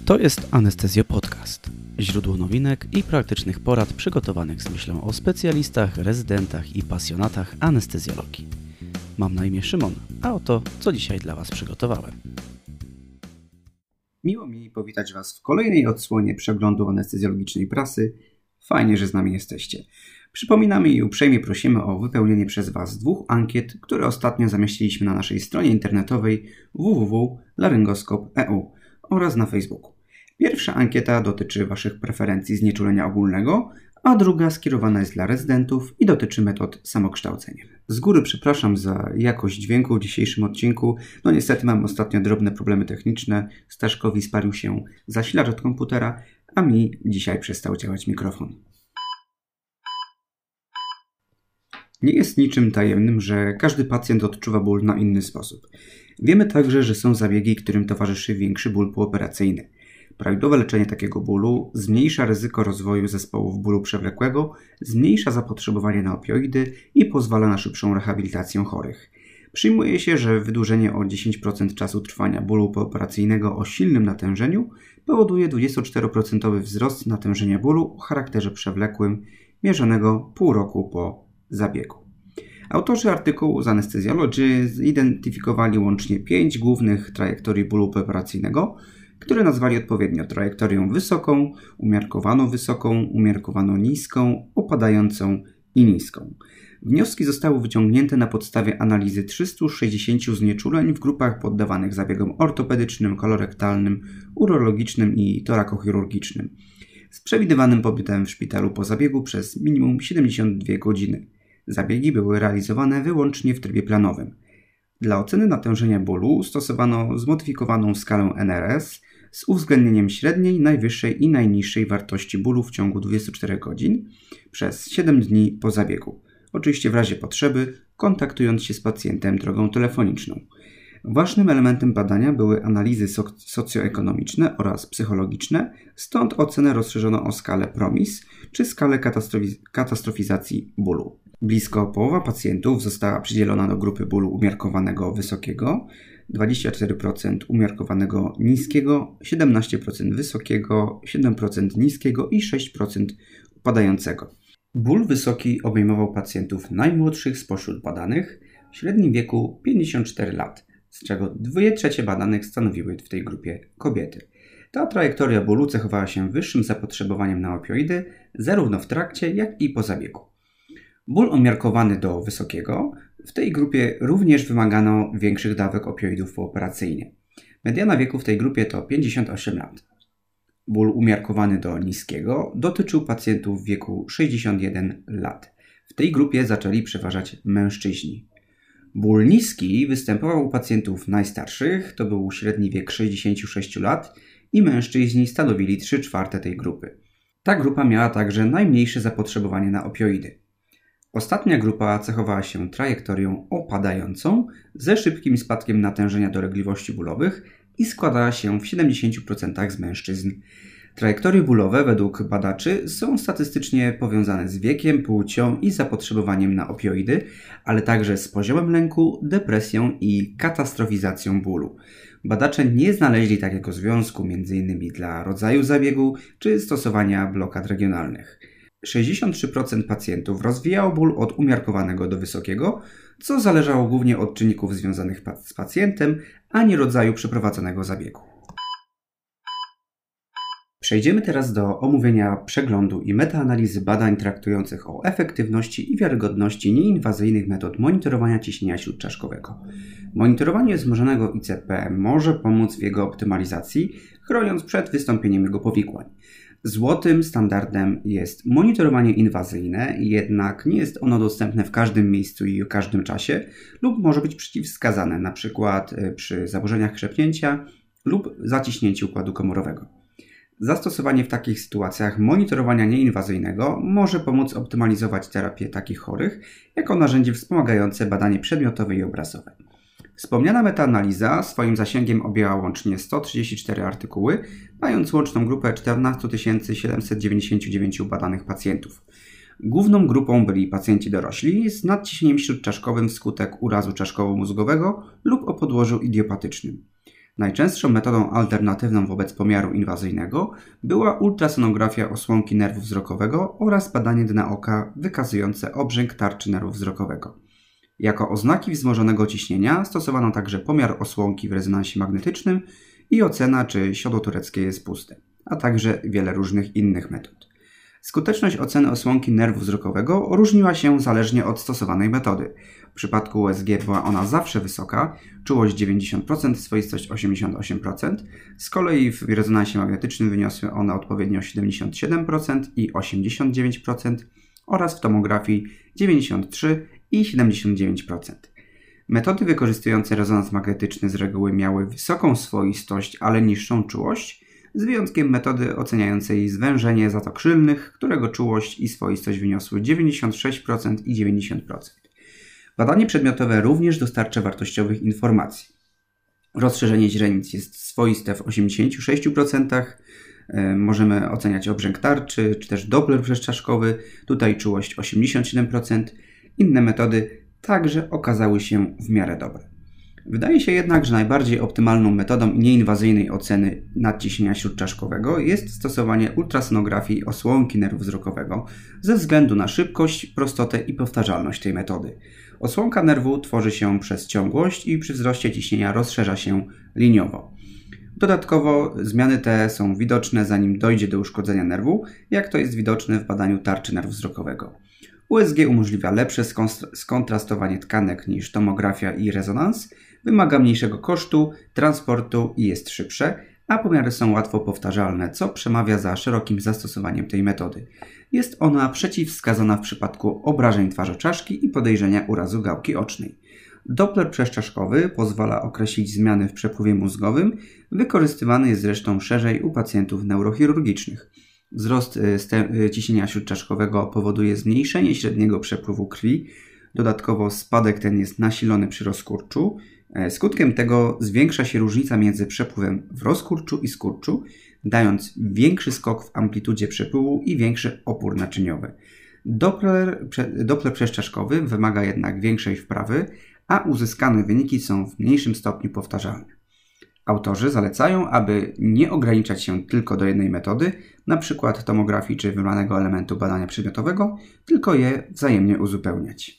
To jest Anestezjo Podcast. Źródło nowinek i praktycznych porad przygotowanych z myślą o specjalistach, rezydentach i pasjonatach anestezjologii. Mam na imię Szymon, a oto co dzisiaj dla Was przygotowałem. Miło mi powitać Was w kolejnej odsłonie przeglądu anestezjologicznej prasy. Fajnie, że z nami jesteście. Przypominamy i uprzejmie prosimy o wypełnienie przez Was 2 ankiet, które ostatnio zamieściliśmy na naszej stronie internetowej www.laryngoskop.eu oraz na Facebooku. Pierwsza ankieta dotyczy Waszych preferencji znieczulenia ogólnego, a druga skierowana jest dla rezydentów i dotyczy metod samokształcenia. Z góry przepraszam za jakość dźwięku w dzisiejszym odcinku. Niestety mam ostatnio drobne problemy techniczne. Staszkowi spalił się zasilacz od komputera, a mi dzisiaj przestał działać mikrofon. Nie jest niczym tajemnym, że każdy pacjent odczuwa ból na inny sposób. Wiemy także, że są zabiegi, którym towarzyszy większy ból pooperacyjny. Prawidłowe leczenie takiego bólu zmniejsza ryzyko rozwoju zespołów bólu przewlekłego, zmniejsza zapotrzebowanie na opioidy i pozwala na szybszą rehabilitację chorych. Przyjmuje się, że wydłużenie o 10% czasu trwania bólu pooperacyjnego o silnym natężeniu powoduje 24% wzrost natężenia bólu o charakterze przewlekłym, mierzonego pół roku po zabiegu. Autorzy artykułu z Anesthesiology zidentyfikowali łącznie 5 głównych trajektorii bólu pooperacyjnego, które nazwali odpowiednio trajektorią wysoką, umiarkowano niską, opadającą i niską. Wnioski zostały wyciągnięte na podstawie analizy 360 znieczuleń w grupach poddawanych zabiegom ortopedycznym, kolorektalnym, urologicznym i torakochirurgicznym z przewidywanym pobytem w szpitalu po zabiegu przez minimum 72 godziny. Zabiegi były realizowane wyłącznie w trybie planowym. Dla oceny natężenia bólu stosowano zmodyfikowaną skalę NRS z uwzględnieniem średniej, najwyższej i najniższej wartości bólu w ciągu 24 godzin przez 7 dni po zabiegu. Oczywiście w razie potrzeby kontaktując się z pacjentem drogą telefoniczną. Ważnym elementem badania były analizy socjoekonomiczne oraz psychologiczne, stąd ocenę rozszerzono o skalę PROMIS, czy skalę katastrofizacji bólu. Blisko połowa pacjentów została przydzielona do grupy bólu umiarkowanego wysokiego, 24% umiarkowanego niskiego, 17% wysokiego, 7% niskiego i 6% upadającego. Ból wysoki obejmował pacjentów najmłodszych spośród badanych w średnim wieku 54 lat, z czego 2/3 badanych stanowiły w tej grupie kobiety. Ta trajektoria bólu cechowała się wyższym zapotrzebowaniem na opioidy zarówno w trakcie, jak i po zabiegu. Ból umiarkowany do wysokiego, w tej grupie również wymagano większych dawek opioidów pooperacyjnie. Mediana wieku w tej grupie to 58 lat. Ból umiarkowany do niskiego dotyczył pacjentów w wieku 61 lat. W tej grupie zaczęli przeważać mężczyźni. Ból niski występował u pacjentów najstarszych, to był średni wiek 66 lat i mężczyźni stanowili 3/4 tej grupy. Ta grupa miała także najmniejsze zapotrzebowanie na opioidy. Ostatnia grupa cechowała się trajektorią opadającą ze szybkim spadkiem natężenia dolegliwości bólowych i składała się w 70% z mężczyzn. Trajektorie bólowe według badaczy są statystycznie powiązane z wiekiem, płcią i zapotrzebowaniem na opioidy, ale także z poziomem lęku, depresją i katastrofizacją bólu. Badacze nie znaleźli takiego związku m.in. dla rodzaju zabiegu czy stosowania blokad regionalnych. 63% pacjentów rozwijało ból od umiarkowanego do wysokiego, co zależało głównie od czynników związanych z pacjentem, a nie rodzaju przeprowadzonego zabiegu. Przejdziemy teraz do omówienia przeglądu i metaanalizy badań traktujących o efektywności i wiarygodności nieinwazyjnych metod monitorowania ciśnienia śródczaszkowego. Monitorowanie wzmożonego ICP może pomóc w jego optymalizacji, chroniąc przed wystąpieniem jego powikłań. Złotym standardem jest monitorowanie inwazyjne, jednak nie jest ono dostępne w każdym miejscu i w każdym czasie lub może być przeciwwskazane, np. przy zaburzeniach krzepnięcia lub zaciśnięciu układu komorowego. Zastosowanie w takich sytuacjach monitorowania nieinwazyjnego może pomóc optymalizować terapię takich chorych jako narzędzie wspomagające badanie przedmiotowe i obrazowe. Wspomniana metaanaliza swoim zasięgiem objęła łącznie 134 artykuły, mając łączną grupę 14 799 badanych pacjentów. Główną grupą byli pacjenci dorośli z nadciśnieniem śródczaszkowym wskutek urazu czaszkowo-mózgowego lub o podłożu idiopatycznym. Najczęstszą metodą alternatywną wobec pomiaru inwazyjnego była ultrasonografia osłonki nerwu wzrokowego oraz badanie dna oka wykazujące obrzęk tarczy nerwu wzrokowego. Jako oznaki wzmożonego ciśnienia stosowano także pomiar osłonki w rezonansie magnetycznym i ocena, czy siodło tureckie jest puste, a także wiele różnych innych metod. Skuteczność oceny osłonki nerwu wzrokowego różniła się zależnie od stosowanej metody. W przypadku USG była ona zawsze wysoka, czułość 90%, swoistość 88%, z kolei w rezonansie magnetycznym wyniosły one odpowiednio 77% i 89% oraz w tomografii 93% i 79%. Metody wykorzystujące rezonans magnetyczny z reguły miały wysoką swoistość, ale niższą czułość, z wyjątkiem metody oceniającej zwężenie zatok szylnych, którego czułość i swoistość wyniosły 96% i 90%. Badanie przedmiotowe również dostarcza wartościowych informacji. Rozszerzenie źrenic jest swoiste w 86%, możemy oceniać obrzęk tarczy, czy też Doppler przezczaszkowy, tutaj czułość 87%. Inne metody także okazały się w miarę dobre. Wydaje się jednak, że najbardziej optymalną metodą nieinwazyjnej oceny nadciśnienia śródczaszkowego jest stosowanie ultrasonografii osłonki nerwu wzrokowego ze względu na szybkość, prostotę i powtarzalność tej metody. Osłonka nerwu tworzy się przez ciągłość i przy wzroście ciśnienia rozszerza się liniowo. Dodatkowo zmiany te są widoczne zanim dojdzie do uszkodzenia nerwu, jak to jest widoczne w badaniu tarczy nerwu wzrokowego. USG umożliwia lepsze skontrastowanie tkanek niż tomografia i rezonans, wymaga mniejszego kosztu, transportu i jest szybsze, a pomiary są łatwo powtarzalne, co przemawia za szerokim zastosowaniem tej metody. Jest ona przeciwwskazana w przypadku obrażeń twarzoczaszki i podejrzenia urazu gałki ocznej. Doppler przezczaszkowy pozwala określić zmiany w przepływie mózgowym, wykorzystywany jest zresztą szerzej u pacjentów neurochirurgicznych. Wzrost ciśnienia śródczaszkowego powoduje zmniejszenie średniego przepływu krwi. Dodatkowo spadek ten jest nasilony przy rozkurczu. Skutkiem tego zwiększa się różnica między przepływem w rozkurczu i skurczu, dając większy skok w amplitudzie przepływu i większy opór naczyniowy. Doppler przezczaszkowy wymaga jednak większej wprawy, a uzyskane wyniki są w mniejszym stopniu powtarzalne. Autorzy zalecają, aby nie ograniczać się tylko do jednej metody, np. tomografii czy wybranego elementu badania przedmiotowego, tylko je wzajemnie uzupełniać.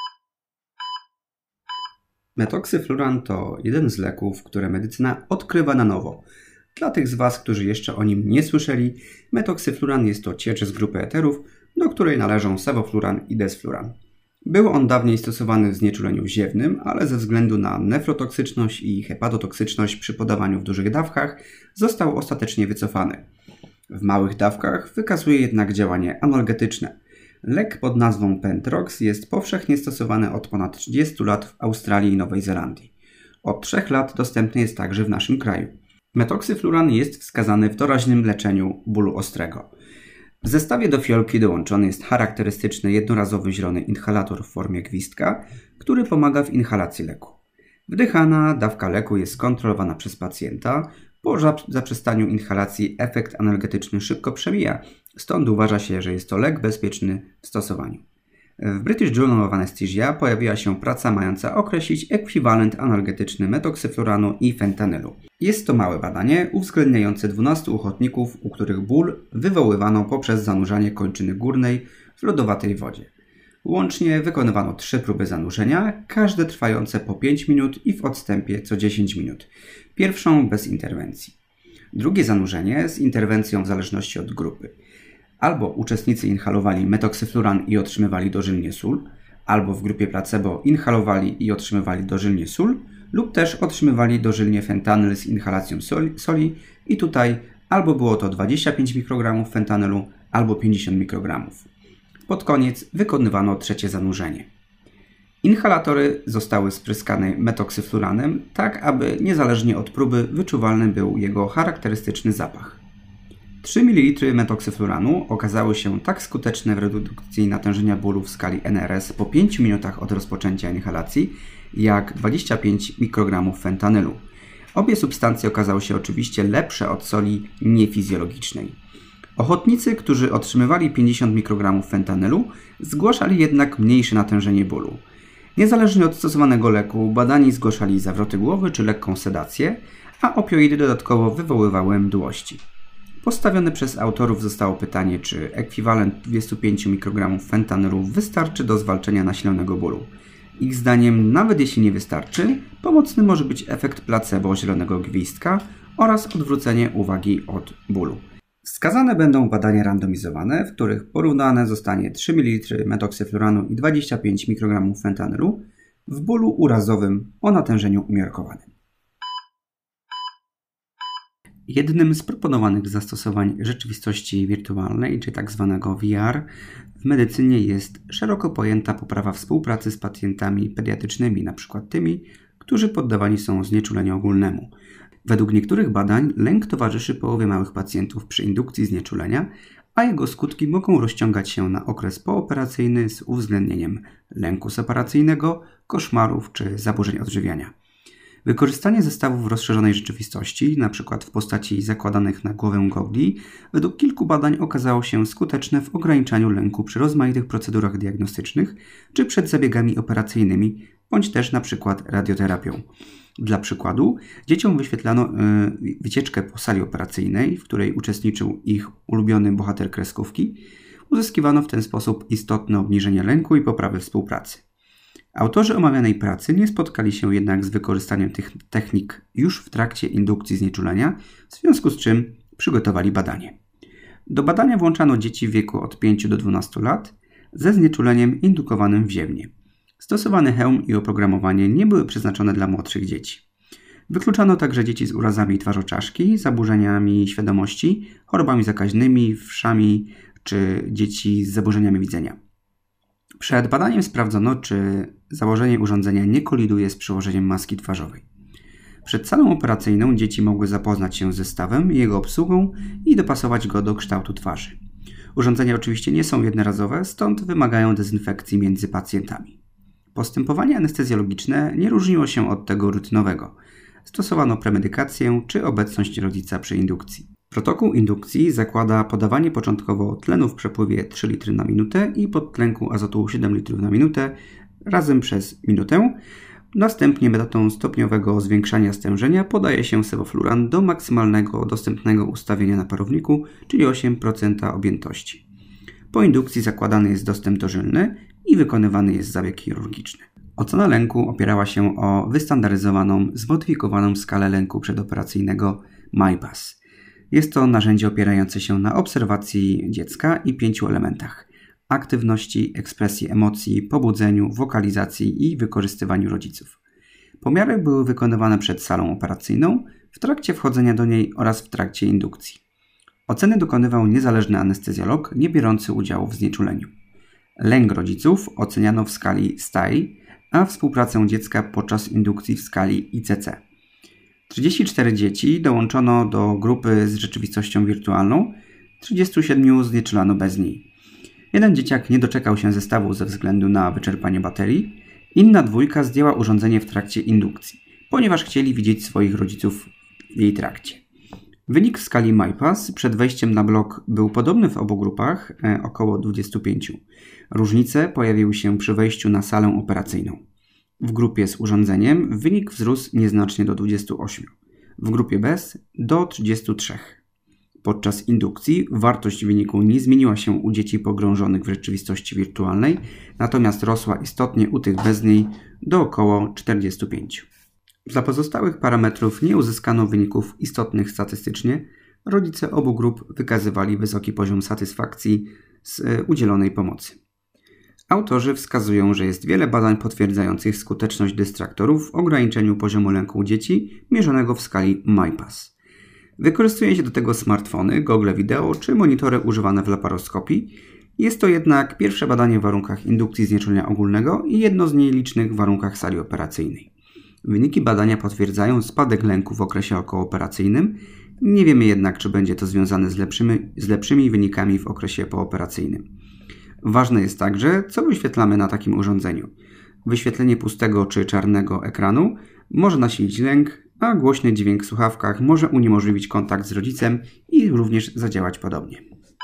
Metoksyfluran to jeden z leków, które medycyna odkrywa na nowo. Dla tych z Was, którzy jeszcze o nim nie słyszeli, metoksyfluran jest to ciecz z grupy eterów, do której należą sevofluran i desfluran. Był on dawniej stosowany w znieczuleniu ziewnym, ale ze względu na nefrotoksyczność i hepatotoksyczność przy podawaniu w dużych dawkach został ostatecznie wycofany. W małych dawkach wykazuje jednak działanie analgetyczne. Lek pod nazwą Pentrox jest powszechnie stosowany od ponad 30 lat w Australii i Nowej Zelandii. Od 3 lat dostępny jest także w naszym kraju. Metoksyfluran jest wskazany w doraźnym leczeniu bólu ostrego. W zestawie do fiolki dołączony jest charakterystyczny jednorazowy zielony inhalator w formie gwizdka, który pomaga w inhalacji leku. Wdychana dawka leku jest kontrolowana przez pacjenta. Po zaprzestaniu inhalacji efekt analgetyczny szybko przemija, stąd uważa się, że jest to lek bezpieczny w stosowaniu. W British Journal of Anesthesia pojawiła się praca mająca określić ekwiwalent analgetyczny metoksyfluranu i fentanylu. Jest to małe badanie uwzględniające 12 ochotników, u których ból wywoływano poprzez zanurzanie kończyny górnej w lodowatej wodzie. Łącznie wykonywano 3 próby zanurzenia, każde trwające po 5 minut i w odstępie co 10 minut. Pierwszą bez interwencji. Drugie zanurzenie z interwencją w zależności od grupy. Albo uczestnicy inhalowali metoksyfluran i otrzymywali dożylnie sól, albo w grupie placebo inhalowali i otrzymywali dożylnie sól, lub też otrzymywali dożylnie fentanyl z inhalacją soli i tutaj albo było to 25 mikrogramów fentanylu, albo 50 mikrogramów. Pod koniec wykonywano trzecie zanurzenie. Inhalatory zostały spryskane metoksyfluranem, tak aby niezależnie od próby wyczuwalny był jego charakterystyczny zapach. 3 ml metoksyfluranu okazały się tak skuteczne w redukcji natężenia bólu w skali NRS po 5 minutach od rozpoczęcia inhalacji, jak 25 mikrogramów fentanylu. Obie substancje okazały się oczywiście lepsze od soli niefizjologicznej. Ochotnicy, którzy otrzymywali 50 mikrogramów fentanylu, zgłaszali jednak mniejsze natężenie bólu. Niezależnie od stosowanego leku, badani zgłaszali zawroty głowy czy lekką sedację, a opioidy dodatkowo wywoływały mdłości. Postawione przez autorów zostało pytanie, czy ekwiwalent 25 mikrogramów fentanylu wystarczy do zwalczenia nasilonego bólu. Ich zdaniem, nawet jeśli nie wystarczy, pomocny może być efekt placebo zielonego gwizdka oraz odwrócenie uwagi od bólu. Wskazane będą badania randomizowane, w których porównane zostanie 3 ml metoksyfluranu i 25 mikrogramów fentanylu w bólu urazowym o natężeniu umiarkowanym. Jednym z proponowanych zastosowań rzeczywistości wirtualnej, czy tzw. VR, w medycynie jest szeroko pojęta poprawa współpracy z pacjentami pediatrycznymi, np. tymi, którzy poddawani są znieczuleniu ogólnemu. Według niektórych badań lęk towarzyszy połowie małych pacjentów przy indukcji znieczulenia, a jego skutki mogą rozciągać się na okres pooperacyjny z uwzględnieniem lęku separacyjnego, koszmarów czy zaburzeń odżywiania. Wykorzystanie zestawów rozszerzonej rzeczywistości, np. w postaci zakładanych na głowę gogli, według kilku badań okazało się skuteczne w ograniczaniu lęku przy rozmaitych procedurach diagnostycznych czy przed zabiegami operacyjnymi, bądź też np. radioterapią. Dla przykładu, dzieciom wyświetlano wycieczkę po sali operacyjnej, w której uczestniczył ich ulubiony bohater kreskówki. Uzyskiwano w ten sposób istotne obniżenie lęku i poprawę współpracy. Autorzy omawianej pracy nie spotkali się jednak z wykorzystaniem tych technik już w trakcie indukcji znieczulenia, w związku z czym przygotowali badanie. Do badania włączano dzieci w wieku od 5 do 12 lat ze znieczuleniem indukowanym wziewnie. Stosowany hełm i oprogramowanie nie były przeznaczone dla młodszych dzieci. Wykluczano także dzieci z urazami twarzoczaszki, zaburzeniami świadomości, chorobami zakaźnymi, wszami czy dzieci z zaburzeniami widzenia. Przed badaniem sprawdzono, czy założenie urządzenia nie koliduje z przyłożeniem maski twarzowej. Przed salą operacyjną dzieci mogły zapoznać się z zestawem i jego obsługą i dopasować go do kształtu twarzy. Urządzenia oczywiście nie są jednorazowe, stąd wymagają dezynfekcji między pacjentami. Postępowanie anestezjologiczne nie różniło się od tego rutynowego. Stosowano premedykację czy obecność rodzica przy indukcji. Protokół indukcji zakłada podawanie początkowo tlenu w przepływie 3 litry na minutę i podtlenku azotu 7 litrów na minutę razem przez minutę. Następnie metodą stopniowego zwiększania stężenia podaje się sevofluran do maksymalnego dostępnego ustawienia na parowniku, czyli 8% objętości. Po indukcji zakładany jest dostęp dożylny i wykonywany jest zabieg chirurgiczny. Ocena lęku opierała się o wystandaryzowaną, zmodyfikowaną skalę lęku przedoperacyjnego MyPass. Jest to narzędzie opierające się na obserwacji dziecka i 5 elementach: aktywności, ekspresji emocji, pobudzeniu, wokalizacji i wykorzystywaniu rodziców. Pomiary były wykonywane przed salą operacyjną, w trakcie wchodzenia do niej oraz w trakcie indukcji. Oceny dokonywał niezależny anestezjolog, nie biorący udziału w znieczuleniu. Lęk rodziców oceniano w skali STAI, a współpracę dziecka podczas indukcji w skali ICC. 34 dzieci dołączono do grupy z rzeczywistością wirtualną, 37 znieczulano bez niej. Jeden dzieciak nie doczekał się zestawu ze względu na wyczerpanie baterii, inna dwójka zdjęła urządzenie w trakcie indukcji, ponieważ chcieli widzieć swoich rodziców w jej trakcie. Wynik w skali MyPass przed wejściem na blok był podobny w obu grupach, około 25. Różnice pojawiły się przy wejściu na salę operacyjną. W grupie z urządzeniem wynik wzrósł nieznacznie do 28, w grupie bez do 33. Podczas indukcji wartość wyniku nie zmieniła się u dzieci pogrążonych w rzeczywistości wirtualnej, natomiast rosła istotnie u tych bez niej do około 45. Dla pozostałych parametrów nie uzyskano wyników istotnych statystycznie. Rodzice obu grup wykazywali wysoki poziom satysfakcji z udzielonej pomocy. Autorzy wskazują, że jest wiele badań potwierdzających skuteczność dystraktorów w ograniczeniu poziomu lęku u dzieci mierzonego w skali MyPass. Wykorzystuje się do tego smartfony, gogle wideo czy monitory używane w laparoskopii. Jest to jednak pierwsze badanie w warunkach indukcji znieczulenia ogólnego i jedno z nielicznych w warunkach sali operacyjnej. Wyniki badania potwierdzają spadek lęku w okresie okołooperacyjnym. Nie wiemy jednak, czy będzie to związane z lepszymi wynikami w okresie pooperacyjnym. Ważne jest także, co wyświetlamy na takim urządzeniu. Wyświetlenie pustego czy czarnego ekranu może nasilić lęk, a głośny dźwięk w słuchawkach może uniemożliwić kontakt z rodzicem i również zadziałać podobnie.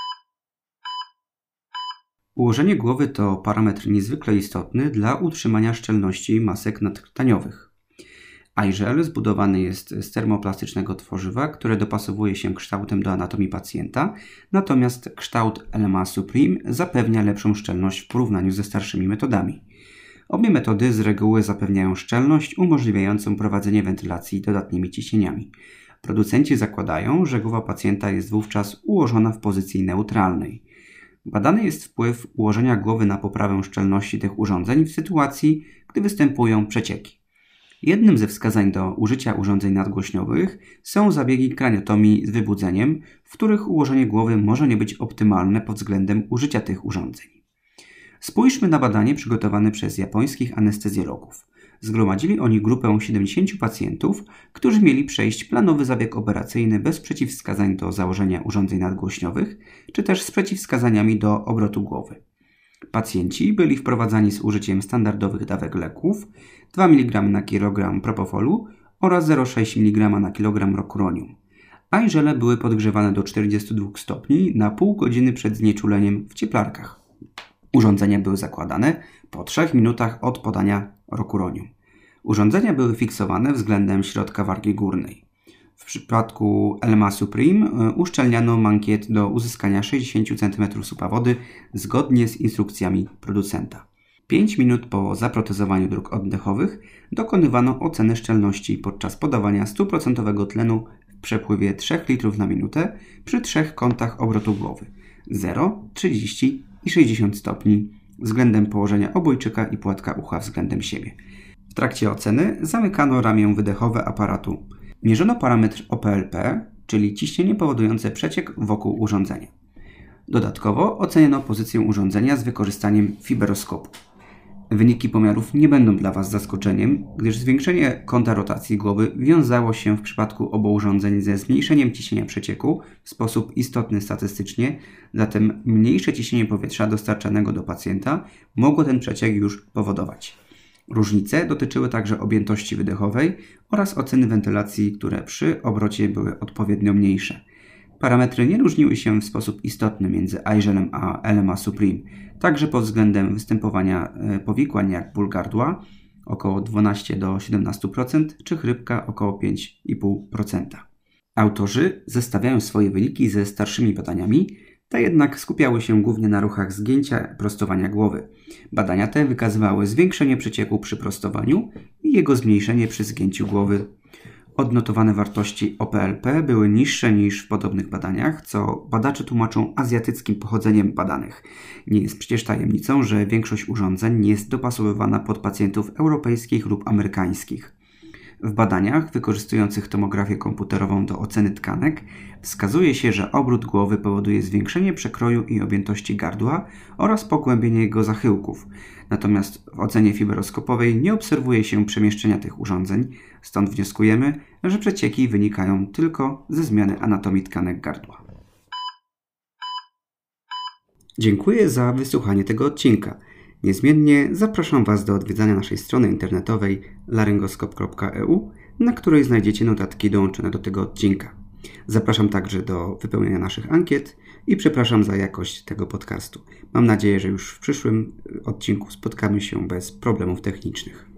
Ułożenie głowy to parametr niezwykle istotny dla utrzymania szczelności masek nadkrtaniowych. iGel zbudowany jest z termoplastycznego tworzywa, które dopasowuje się kształtem do anatomii pacjenta, natomiast kształt LMA Supreme zapewnia lepszą szczelność w porównaniu ze starszymi metodami. Obie metody z reguły zapewniają szczelność umożliwiającą prowadzenie wentylacji dodatnimi ciśnieniami. Producenci zakładają, że głowa pacjenta jest wówczas ułożona w pozycji neutralnej. Badany jest wpływ ułożenia głowy na poprawę szczelności tych urządzeń w sytuacji, gdy występują przecieki. Jednym ze wskazań do użycia urządzeń nadgłośniowych są zabiegi kraniotomii z wybudzeniem, w których ułożenie głowy może nie być optymalne pod względem użycia tych urządzeń. Spójrzmy na badanie przygotowane przez japońskich anestezjologów. Zgromadzili oni grupę 70 pacjentów, którzy mieli przejść planowy zabieg operacyjny bez przeciwwskazań do założenia urządzeń nadgłośniowych, czy też z przeciwwskazaniami do obrotu głowy. Pacjenci byli wprowadzani z użyciem standardowych dawek leków 2 mg na kilogram propofolu oraz 0,6 mg na kilogram rokuronium. iGele były podgrzewane do 42 stopni na pół godziny przed znieczuleniem w cieplarkach. Urządzenia były zakładane po 3 minutach od podania rokuronium. Urządzenia były fiksowane względem środka wargi górnej. W przypadku LMA Supreme uszczelniano mankiet do uzyskania 60 cm supa wody zgodnie z instrukcjami producenta. 5 minut po zaprotezowaniu dróg oddechowych dokonywano oceny szczelności podczas podawania 100% tlenu w przepływie 3 litrów na minutę przy 3 kątach obrotu głowy 0, 30 i 60 stopni względem położenia obojczyka i płatka ucha względem siebie. W trakcie oceny zamykano ramię wydechowe aparatu. Mierzono parametr OPLP, czyli ciśnienie powodujące przeciek wokół urządzenia. Dodatkowo oceniono pozycję urządzenia z wykorzystaniem fiberoskopu. Wyniki pomiarów nie będą dla Was zaskoczeniem, gdyż zwiększenie kąta rotacji głowy wiązało się w przypadku obu urządzeń ze zmniejszeniem ciśnienia przecieku w sposób istotny statystycznie, zatem mniejsze ciśnienie powietrza dostarczanego do pacjenta mogło ten przeciek już powodować. Różnice dotyczyły także objętości wydechowej oraz oceny wentylacji, które przy obrocie były odpowiednio mniejsze. Parametry nie różniły się w sposób istotny między iGelem a LMA Supreme, także pod względem występowania powikłań jak ból gardła około 12 do 17% czy chrypka około 5,5%. Autorzy zestawiają swoje wyniki ze starszymi badaniami, te jednak skupiały się głównie na ruchach zgięcia, prostowania głowy. Badania te wykazywały zwiększenie przecieku przy prostowaniu i jego zmniejszenie przy zgięciu głowy. Odnotowane wartości OPLP były niższe niż w podobnych badaniach, co badacze tłumaczą azjatyckim pochodzeniem badanych. Nie jest przecież tajemnicą, że większość urządzeń jest dopasowywana pod pacjentów europejskich lub amerykańskich. W badaniach wykorzystujących tomografię komputerową do oceny tkanek wskazuje się, że obrót głowy powoduje zwiększenie przekroju i objętości gardła oraz pogłębienie jego zachyłków. Natomiast w ocenie fiberoskopowej nie obserwuje się przemieszczenia tych urządzeń, stąd wnioskujemy, że przecieki wynikają tylko ze zmiany anatomii tkanek gardła. Dziękuję za wysłuchanie tego odcinka. Niezmiennie zapraszam Was do odwiedzania naszej strony internetowej laryngoskop.eu, na której znajdziecie notatki dołączone do tego odcinka. Zapraszam także do wypełnienia naszych ankiet i przepraszam za jakość tego podcastu. Mam nadzieję, że już w przyszłym odcinku spotkamy się bez problemów technicznych.